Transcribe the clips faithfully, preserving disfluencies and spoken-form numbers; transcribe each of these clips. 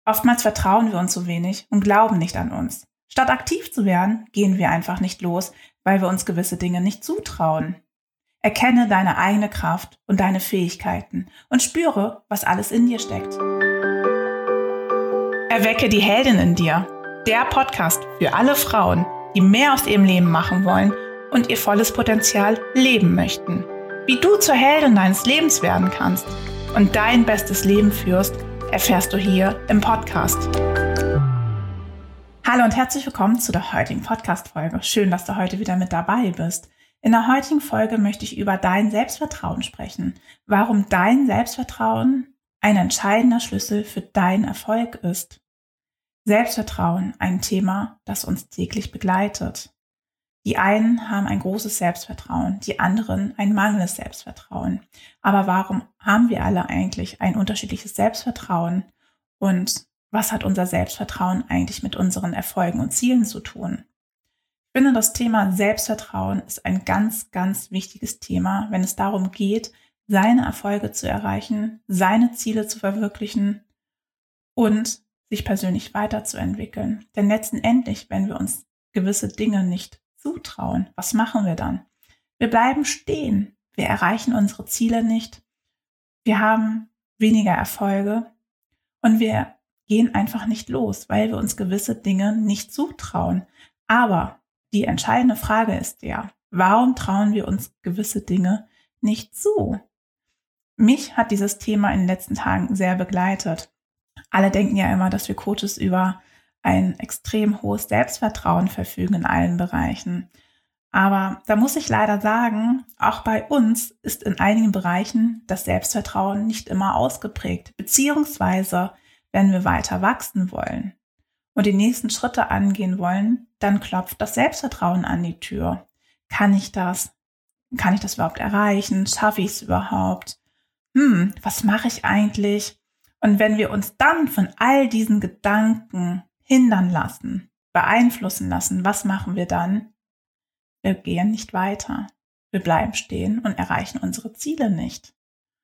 Oftmals vertrauen wir uns zu wenig und glauben nicht an uns. Statt aktiv zu werden, gehen wir einfach nicht los, weil wir uns gewisse Dinge nicht zutrauen. Erkenne deine eigene Kraft und deine Fähigkeiten und spüre, was alles in dir steckt. Erwecke die Heldin in dir. Der Podcast für alle Frauen, die mehr aus ihrem Leben machen wollen und ihr volles Potenzial leben möchten. Wie du zur Heldin deines Lebens werden kannst und dein bestes Leben führst, erfährst du hier im Podcast. Hallo und herzlich willkommen zu der heutigen Podcast-Folge. Schön, dass du heute wieder mit dabei bist. In der heutigen Folge möchte ich über dein Selbstvertrauen sprechen. Warum dein Selbstvertrauen ein entscheidender Schlüssel für deinen Erfolg ist. Selbstvertrauen, ein Thema, das uns täglich begleitet. Die einen haben ein großes Selbstvertrauen, die anderen ein mangelndes Selbstvertrauen. Aber warum haben wir alle eigentlich ein unterschiedliches Selbstvertrauen? Und was hat unser Selbstvertrauen eigentlich mit unseren Erfolgen und Zielen zu tun? Ich finde, das Thema Selbstvertrauen ist ein ganz, ganz wichtiges Thema, wenn es darum geht, seine Erfolge zu erreichen, seine Ziele zu verwirklichen und sich persönlich weiterzuentwickeln. Denn letztendlich, wenn wir uns gewisse Dinge nicht zutrauen, was machen wir dann? Wir bleiben stehen. Wir erreichen unsere Ziele nicht. Wir haben weniger Erfolge und wir gehen einfach nicht los, weil wir uns gewisse Dinge nicht zutrauen. Aber die entscheidende Frage ist ja, warum trauen wir uns gewisse Dinge nicht zu? Mich hat dieses Thema in den letzten Tagen sehr begleitet. Alle denken ja immer, dass wir Coaches über ein extrem hohes Selbstvertrauen verfügen in allen Bereichen. Aber da muss ich leider sagen, auch bei uns ist in einigen Bereichen das Selbstvertrauen nicht immer ausgeprägt. Beziehungsweise, wenn wir weiter wachsen wollen und die nächsten Schritte angehen wollen, dann klopft das Selbstvertrauen an die Tür. Kann ich das? Kann ich das überhaupt erreichen? Schaffe ich es überhaupt? Hm, was mache ich eigentlich? Und wenn wir uns dann von all diesen Gedanken hindern lassen, beeinflussen lassen, was machen wir dann? Wir gehen nicht weiter. Wir bleiben stehen und erreichen unsere Ziele nicht.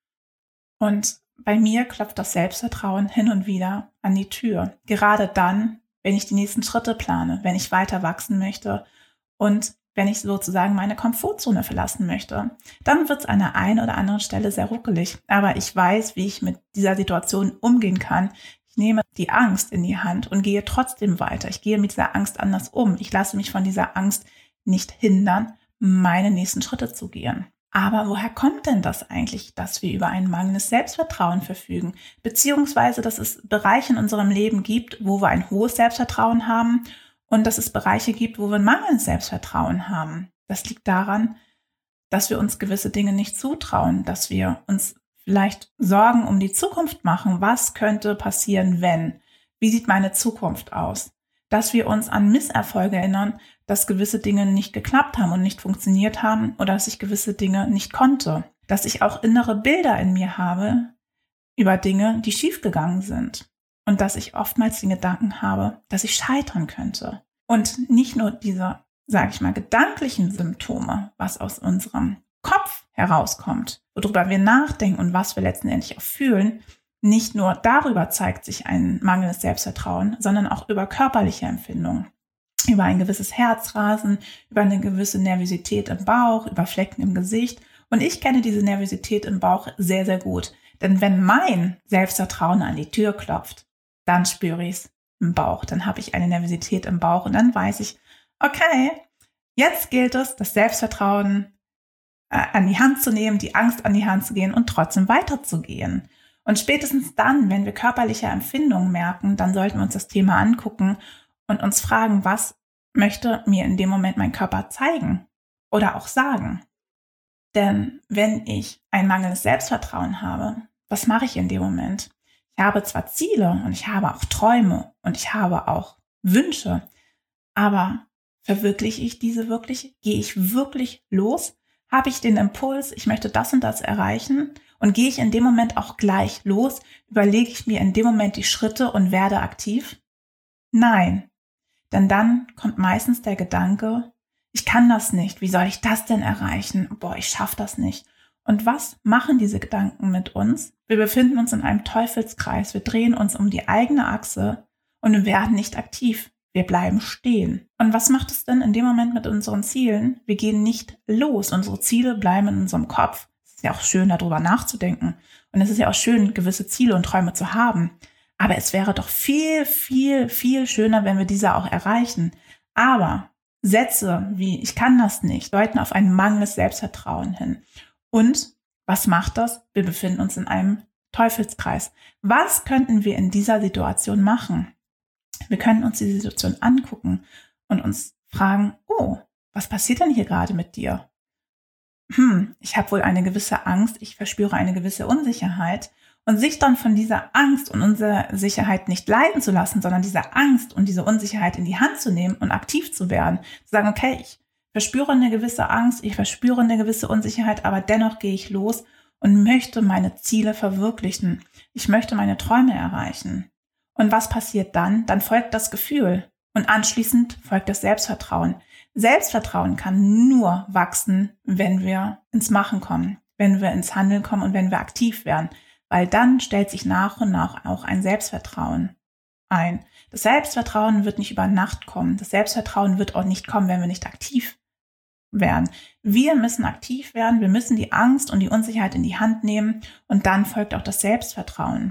Und bei mir klopft das Selbstvertrauen hin und wieder an die Tür. Gerade dann, wenn ich die nächsten Schritte plane, wenn ich weiter wachsen möchte und wenn ich sozusagen meine Komfortzone verlassen möchte, dann wird es an der einen oder anderen Stelle sehr ruckelig. Aber ich weiß, wie ich mit dieser Situation umgehen kann. Ich nehme die Angst in die Hand und gehe trotzdem weiter. Ich gehe mit dieser Angst anders um. Ich lasse mich von dieser Angst nicht hindern, meine nächsten Schritte zu gehen. Aber woher kommt denn das eigentlich, dass wir über ein mangelndes Selbstvertrauen verfügen? Beziehungsweise, dass es Bereiche in unserem Leben gibt, wo wir ein hohes Selbstvertrauen haben und dass es Bereiche gibt, wo wir ein mangelndes Selbstvertrauen haben. Das liegt daran, dass wir uns gewisse Dinge nicht zutrauen, dass wir uns vielleicht Sorgen um die Zukunft machen. Was könnte passieren, wenn? Wie sieht meine Zukunft aus? Dass wir uns an Misserfolge erinnern, dass gewisse Dinge nicht geklappt haben und nicht funktioniert haben oder dass ich gewisse Dinge nicht konnte. Dass ich auch innere Bilder in mir habe über Dinge, die schiefgegangen sind. Und dass ich oftmals den Gedanken habe, dass ich scheitern könnte. Und nicht nur diese, sage ich mal, gedanklichen Symptome, was aus unserem Kopf herauskommt, worüber wir nachdenken und was wir letztendlich auch fühlen, nicht nur darüber zeigt sich ein mangelndes Selbstvertrauen, sondern auch über körperliche Empfindungen, über ein gewisses Herzrasen, über eine gewisse Nervosität im Bauch, über Flecken im Gesicht. Und ich kenne diese Nervosität im Bauch sehr, sehr gut. Denn wenn mein Selbstvertrauen an die Tür klopft, dann spüre ich es im Bauch. Dann habe ich eine Nervosität im Bauch und dann weiß ich, okay, jetzt gilt es, das Selbstvertrauen äh, an die Hand zu nehmen, die Angst an die Hand zu gehen und trotzdem weiterzugehen. Und spätestens dann, wenn wir körperliche Empfindungen merken, dann sollten wir uns das Thema angucken und uns fragen, was möchte mir in dem Moment mein Körper zeigen oder auch sagen. Denn wenn ich ein mangelndes Selbstvertrauen habe, was mache ich in dem Moment? Ich habe zwar Ziele und ich habe auch Träume und ich habe auch Wünsche, aber verwirkliche ich diese wirklich? Gehe ich wirklich los? Habe ich den Impuls, ich möchte das und das erreichen? Und gehe ich in dem Moment auch gleich los? Überlege ich mir in dem Moment die Schritte und werde aktiv? Nein, denn dann kommt meistens der Gedanke, ich kann das nicht, wie soll ich das denn erreichen? Boah, ich schaffe das nicht. Und was machen diese Gedanken mit uns? Wir befinden uns in einem Teufelskreis. Wir drehen uns um die eigene Achse und wir werden nicht aktiv. Wir bleiben stehen. Und was macht es denn in dem Moment mit unseren Zielen? Wir gehen nicht los. Unsere Ziele bleiben in unserem Kopf. Es ist ja auch schön, darüber nachzudenken. Und es ist ja auch schön, gewisse Ziele und Träume zu haben. Aber es wäre doch viel, viel, viel schöner, wenn wir diese auch erreichen. Aber Sätze wie „ich kann das nicht" deuten auf ein mangelndes Selbstvertrauen hin. Und was macht das? Wir befinden uns in einem Teufelskreis. Was könnten wir in dieser Situation machen? Wir können uns die Situation angucken und uns fragen, oh, was passiert denn hier gerade mit dir? Hm, ich habe wohl eine gewisse Angst, ich verspüre eine gewisse Unsicherheit. Und sich dann von dieser Angst und unserer Sicherheit nicht leiten zu lassen, sondern diese Angst und diese Unsicherheit in die Hand zu nehmen und aktiv zu werden. Zu sagen, okay, ich verspüre eine gewisse Angst, ich verspüre eine gewisse Unsicherheit, aber dennoch gehe ich los und möchte meine Ziele verwirklichen. Ich möchte meine Träume erreichen. Und was passiert dann? Dann folgt das Gefühl und anschließend folgt das Selbstvertrauen. Selbstvertrauen kann nur wachsen, wenn wir ins Machen kommen, wenn wir ins Handeln kommen und wenn wir aktiv werden. Weil dann stellt sich nach und nach auch ein Selbstvertrauen ein. Das Selbstvertrauen wird nicht über Nacht kommen. Das Selbstvertrauen wird auch nicht kommen, wenn wir nicht aktiv werden. Wir müssen aktiv werden, wir müssen die Angst und die Unsicherheit in die Hand nehmen und dann folgt auch das Selbstvertrauen.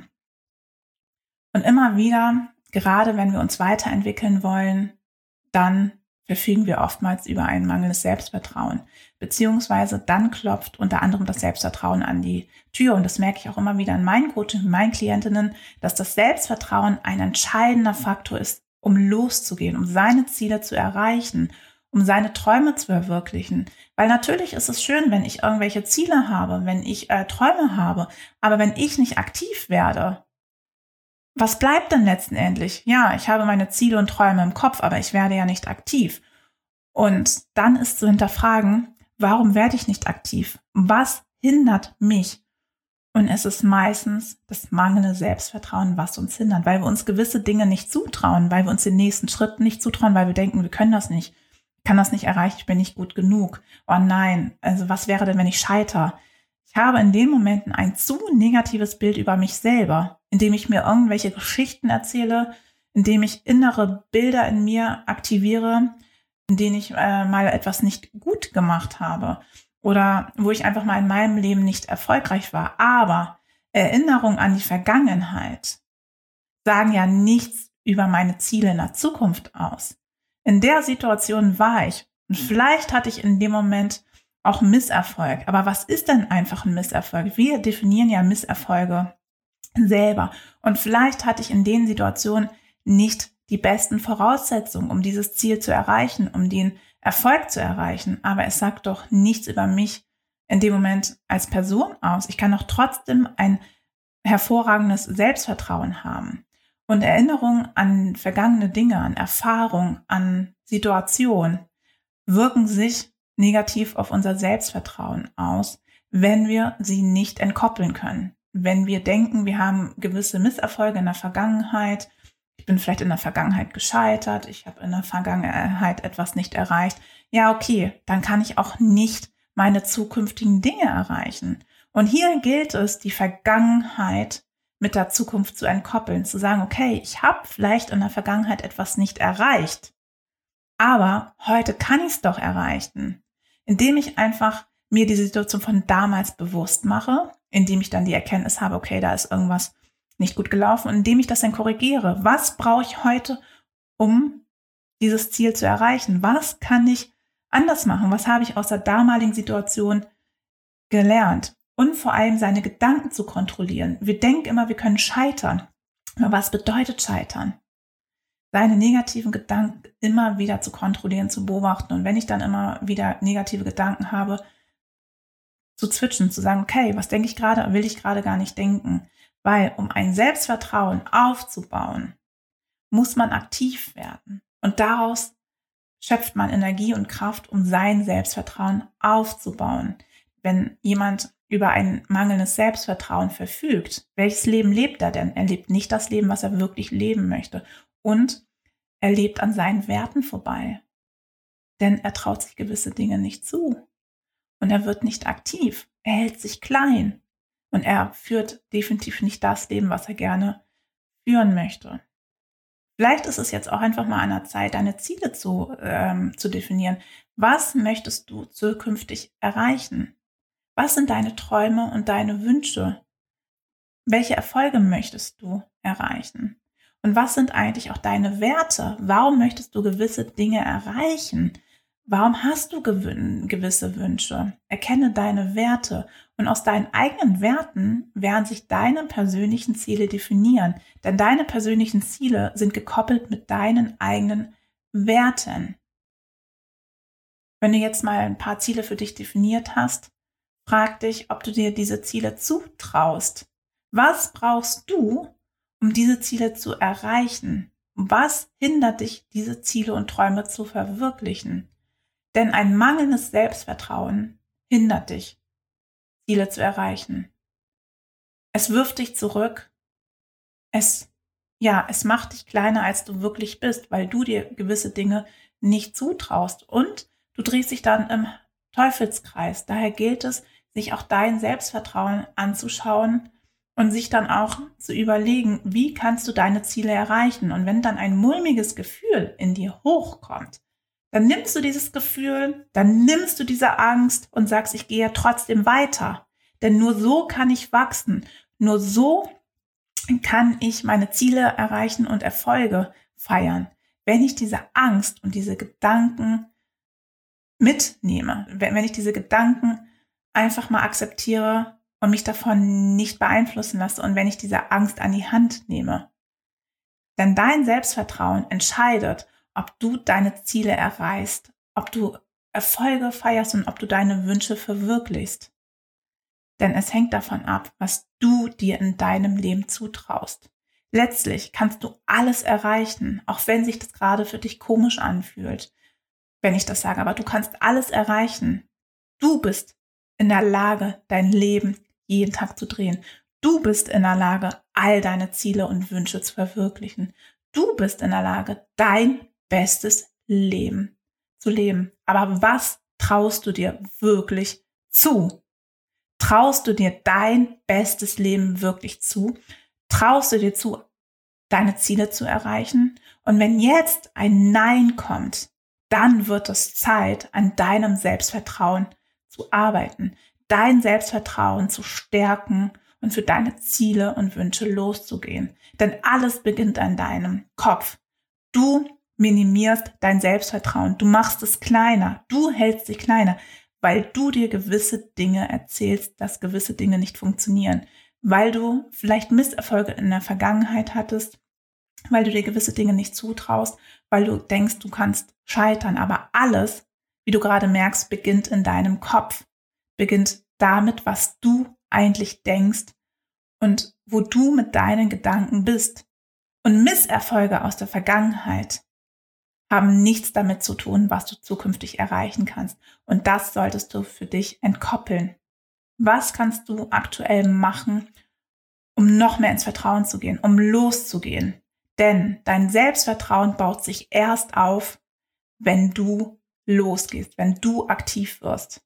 Und immer wieder, gerade wenn wir uns weiterentwickeln wollen, dann verfügen wir oftmals über ein mangelndes Selbstvertrauen. Beziehungsweise dann klopft unter anderem das Selbstvertrauen an die Tür. Und das merke ich auch immer wieder in meinen Coaching, in meinen Klientinnen, dass das Selbstvertrauen ein entscheidender Faktor ist, um loszugehen, um seine Ziele zu erreichen, um seine Träume zu verwirklichen. Weil natürlich ist es schön, wenn ich irgendwelche Ziele habe, wenn ich äh, Träume habe. Aber wenn ich nicht aktiv werde, was bleibt denn letztendlich? Ja, ich habe meine Ziele und Träume im Kopf, aber ich werde ja nicht aktiv. Und dann ist zu hinterfragen, warum werde ich nicht aktiv? Was hindert mich? Und es ist meistens das mangelnde Selbstvertrauen, was uns hindert, weil wir uns gewisse Dinge nicht zutrauen, weil wir uns den nächsten Schritt nicht zutrauen, weil wir denken, wir können das nicht. Ich kann das nicht erreichen, ich bin nicht gut genug. Oh nein, also was wäre denn, wenn ich scheitere? Ich habe in den Momenten ein zu negatives Bild über mich selber, indem ich mir irgendwelche Geschichten erzähle, indem ich innere Bilder in mir aktiviere, in denen ich äh, mal etwas nicht gut gemacht habe oder wo ich einfach mal in meinem Leben nicht erfolgreich war. Aber Erinnerungen an die Vergangenheit sagen ja nichts über meine Ziele in der Zukunft aus. In der Situation war ich und vielleicht hatte ich in dem Moment auch Misserfolg. Aber was ist denn einfach ein Misserfolg? Wir definieren ja Misserfolge selber. Und vielleicht hatte ich in den Situationen nicht die besten Voraussetzungen, um dieses Ziel zu erreichen, um den Erfolg zu erreichen. Aber es sagt doch nichts über mich in dem Moment als Person aus. Ich kann doch trotzdem ein hervorragendes Selbstvertrauen haben. Und Erinnerungen an vergangene Dinge, an Erfahrungen, an Situationen wirken sich negativ auf unser Selbstvertrauen aus, wenn wir sie nicht entkoppeln können. Wenn wir denken, wir haben gewisse Misserfolge in der Vergangenheit, ich bin vielleicht in der Vergangenheit gescheitert, ich habe in der Vergangenheit etwas nicht erreicht. Ja, okay, dann kann ich auch nicht meine zukünftigen Dinge erreichen. Und hier gilt es, die Vergangenheit mit der Zukunft zu entkoppeln, zu sagen, okay, ich habe vielleicht in der Vergangenheit etwas nicht erreicht, aber heute kann ich es doch erreichen, indem ich einfach mir die Situation von damals bewusst mache, indem ich dann die Erkenntnis habe, okay, da ist irgendwas nicht gut gelaufen und indem ich das dann korrigiere. Was brauche ich heute, um dieses Ziel zu erreichen? Was kann ich anders machen? Was habe ich aus der damaligen Situation gelernt? Und vor allem seine Gedanken zu kontrollieren. Wir denken immer, wir können scheitern. Aber was bedeutet scheitern? Seine negativen Gedanken immer wieder zu kontrollieren, zu beobachten. Und wenn ich dann immer wieder negative Gedanken habe, zu switchen, zu sagen, okay, was denke ich gerade, will ich gerade gar nicht denken. Weil um ein Selbstvertrauen aufzubauen, muss man aktiv werden. Und daraus schöpft man Energie und Kraft, um sein Selbstvertrauen aufzubauen. Wenn jemand über ein mangelndes Selbstvertrauen verfügt, welches Leben lebt er denn? Er lebt nicht das Leben, was er wirklich leben möchte. Und er lebt an seinen Werten vorbei. Denn er traut sich gewisse Dinge nicht zu. Und er wird nicht aktiv. er hält sich klein und er führt definitiv nicht das Leben, was er gerne führen möchte. Vielleicht ist es jetzt auch einfach mal an der Zeit, deine Ziele zu, ähm, zu definieren. Was möchtest du zukünftig erreichen? Was sind deine Träume und deine Wünsche? Welche Erfolge möchtest du erreichen? Und was sind eigentlich auch deine Werte? Warum möchtest du gewisse Dinge erreichen? Warum hast du gewin- gewisse Wünsche? Erkenne deine Werte und aus deinen eigenen Werten werden sich deine persönlichen Ziele definieren. Denn deine persönlichen Ziele sind gekoppelt mit deinen eigenen Werten. Wenn du jetzt mal ein paar Ziele für dich definiert hast, frag dich, ob du dir diese Ziele zutraust. Was brauchst du, um diese Ziele zu erreichen? Was hindert dich, diese Ziele und Träume zu verwirklichen? Denn ein mangelndes Selbstvertrauen hindert dich, Ziele zu erreichen. Es wirft dich zurück. Es, ja, es macht dich kleiner, als du wirklich bist, weil du dir gewisse Dinge nicht zutraust. Und du drehst dich dann im Teufelskreis. Daher gilt es, sich auch dein Selbstvertrauen anzuschauen und sich dann auch zu überlegen, wie kannst du deine Ziele erreichen? Und wenn dann ein mulmiges Gefühl in dir hochkommt, dann nimmst du dieses Gefühl, dann nimmst du diese Angst und sagst, ich gehe trotzdem weiter. Denn nur so kann ich wachsen. Nur so kann ich meine Ziele erreichen und Erfolge feiern. Wenn ich diese Angst und diese Gedanken mitnehme, wenn ich diese Gedanken einfach mal akzeptiere und mich davon nicht beeinflussen lasse und wenn ich diese Angst an die Hand nehme. Denn dein Selbstvertrauen entscheidet, ob du deine Ziele erreichst, ob du Erfolge feierst und ob du deine Wünsche verwirklichst. Denn es hängt davon ab, was du dir in deinem Leben zutraust. Letztlich kannst du alles erreichen, auch wenn sich das gerade für dich komisch anfühlt, wenn ich das sage, aber du kannst alles erreichen. Du bist in der Lage, dein Leben jeden Tag zu drehen. Du bist in der Lage, all deine Ziele und Wünsche zu verwirklichen. Du bist in der Lage, dein bestes Leben zu leben. Aber was traust du dir wirklich zu? Traust du dir dein bestes Leben wirklich zu? Traust du dir zu, deine Ziele zu erreichen? Und wenn jetzt ein Nein kommt, dann wird es Zeit, an deinem Selbstvertrauen zu arbeiten, dein Selbstvertrauen zu stärken und für deine Ziele und Wünsche loszugehen. Denn alles beginnt an deinem Kopf. Du minimierst dein Selbstvertrauen, du machst es kleiner, du hältst dich kleiner, weil du dir gewisse Dinge erzählst, dass gewisse Dinge nicht funktionieren, weil du vielleicht Misserfolge in der Vergangenheit hattest, weil du dir gewisse Dinge nicht zutraust, weil du denkst, du kannst scheitern. Aber alles, wie du gerade merkst, beginnt in deinem Kopf, beginnt damit, was du eigentlich denkst und wo du mit deinen Gedanken bist. Und Misserfolge aus der Vergangenheit haben nichts damit zu tun, was du zukünftig erreichen kannst. Und das solltest du für dich entkoppeln. Was kannst du aktuell machen, um noch mehr ins Vertrauen zu gehen, um loszugehen? Denn dein Selbstvertrauen baut sich erst auf, wenn du losgehst, wenn du aktiv wirst.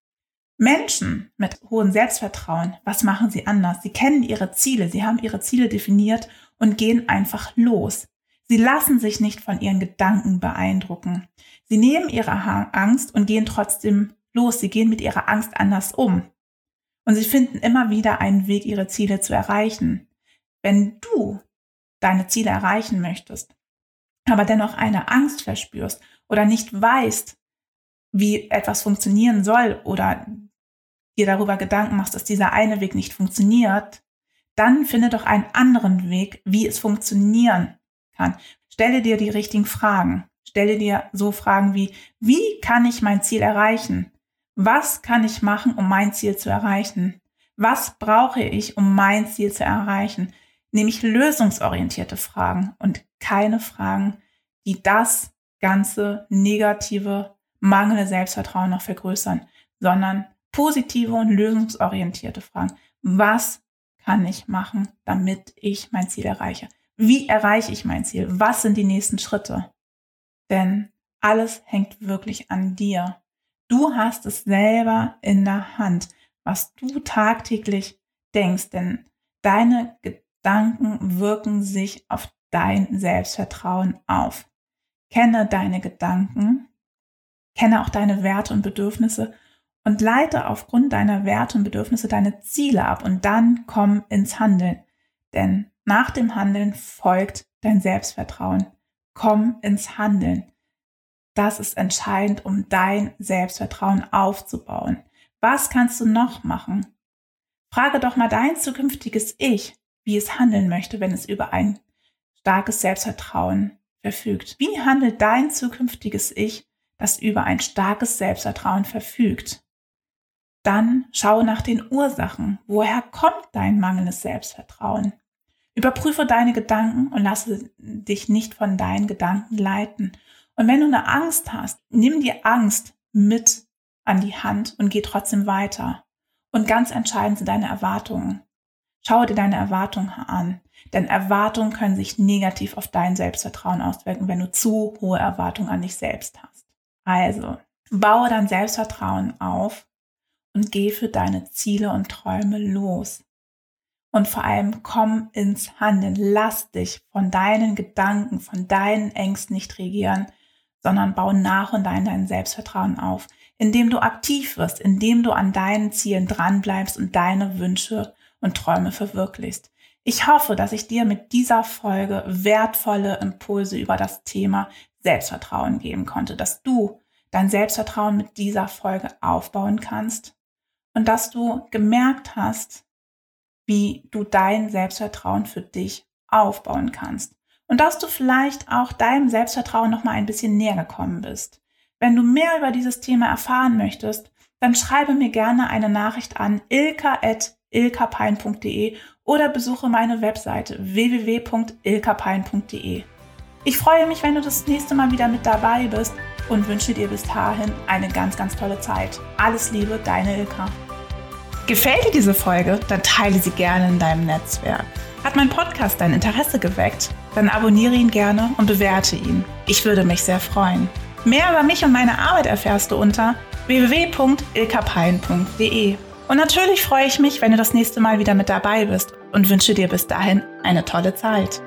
Menschen mit hohem Selbstvertrauen, was machen sie anders? Sie kennen ihre Ziele, sie haben ihre Ziele definiert und gehen einfach los. Sie lassen sich nicht von ihren Gedanken beeindrucken. Sie nehmen ihre Angst und gehen trotzdem los. Sie gehen mit ihrer Angst anders um. Und sie finden immer wieder einen Weg, ihre Ziele zu erreichen. Wenn du deine Ziele erreichen möchtest, aber dennoch eine Angst verspürst oder nicht weißt, wie etwas funktionieren soll oder dir darüber Gedanken machst, dass dieser eine Weg nicht funktioniert, dann finde doch einen anderen Weg, wie es funktionieren kann. Stelle dir die richtigen Fragen. Stelle dir so Fragen wie, wie kann ich mein Ziel erreichen? Was kann ich machen, um mein Ziel zu erreichen? Was brauche ich, um mein Ziel zu erreichen? Nämlich lösungsorientierte Fragen und keine Fragen, die das ganze negative, mangelnde Selbstvertrauen noch vergrößern, sondern positive und lösungsorientierte Fragen. Was kann ich machen, damit ich mein Ziel erreiche? Wie erreiche ich mein Ziel? Was sind die nächsten Schritte? Denn alles hängt wirklich an dir. Du hast es selber in der Hand, was du tagtäglich denkst, denn deine Gedanken wirken sich auf dein Selbstvertrauen auf. Kenne deine Gedanken, kenne auch deine Werte und Bedürfnisse und leite aufgrund deiner Werte und Bedürfnisse deine Ziele ab und dann komm ins Handeln. Denn nach dem Handeln folgt dein Selbstvertrauen. Komm ins Handeln. Das ist entscheidend, um dein Selbstvertrauen aufzubauen. Was kannst du noch machen? Frage doch mal dein zukünftiges Ich, wie es handeln möchte, wenn es über ein starkes Selbstvertrauen verfügt. Wie handelt dein zukünftiges Ich, das über ein starkes Selbstvertrauen verfügt? Dann schau nach den Ursachen. Woher kommt dein mangelndes Selbstvertrauen? Überprüfe deine Gedanken und lasse dich nicht von deinen Gedanken leiten. Und wenn du eine Angst hast, nimm die Angst mit an die Hand und geh trotzdem weiter. Und ganz entscheidend sind deine Erwartungen. Schau dir deine Erwartungen an, denn Erwartungen können sich negativ auf dein Selbstvertrauen auswirken, wenn du zu hohe Erwartungen an dich selbst hast. Also, baue dein Selbstvertrauen auf und geh für deine Ziele und Träume los. Und vor allem komm ins Handeln. Lass dich von deinen Gedanken, von deinen Ängsten nicht regieren, sondern bau nach und nach dein Selbstvertrauen auf, indem du aktiv wirst, indem du an deinen Zielen dranbleibst und deine Wünsche und Träume verwirklichst. Ich hoffe, dass ich dir mit dieser Folge wertvolle Impulse über das Thema Selbstvertrauen geben konnte, dass du dein Selbstvertrauen mit dieser Folge aufbauen kannst und dass du gemerkt hast, wie du dein Selbstvertrauen für dich aufbauen kannst und dass du vielleicht auch deinem Selbstvertrauen noch mal ein bisschen näher gekommen bist. Wenn du mehr über dieses Thema erfahren möchtest, dann schreibe mir gerne eine Nachricht an ilka at ilkapein punkt de oder besuche meine Webseite w w w punkt ilkapein punkt de. Ich freue mich, wenn du das nächste Mal wieder mit dabei bist und wünsche dir bis dahin eine ganz, ganz tolle Zeit. Alles Liebe, deine Ilka. Gefällt dir diese Folge? Dann teile sie gerne in deinem Netzwerk. Hat mein Podcast dein Interesse geweckt? Dann abonniere ihn gerne und bewerte ihn. Ich würde mich sehr freuen. Mehr über mich und meine Arbeit erfährst du unter w w w punkt ilkapein punkt de. Und natürlich freue ich mich, wenn du das nächste Mal wieder mit dabei bist und wünsche dir bis dahin eine tolle Zeit.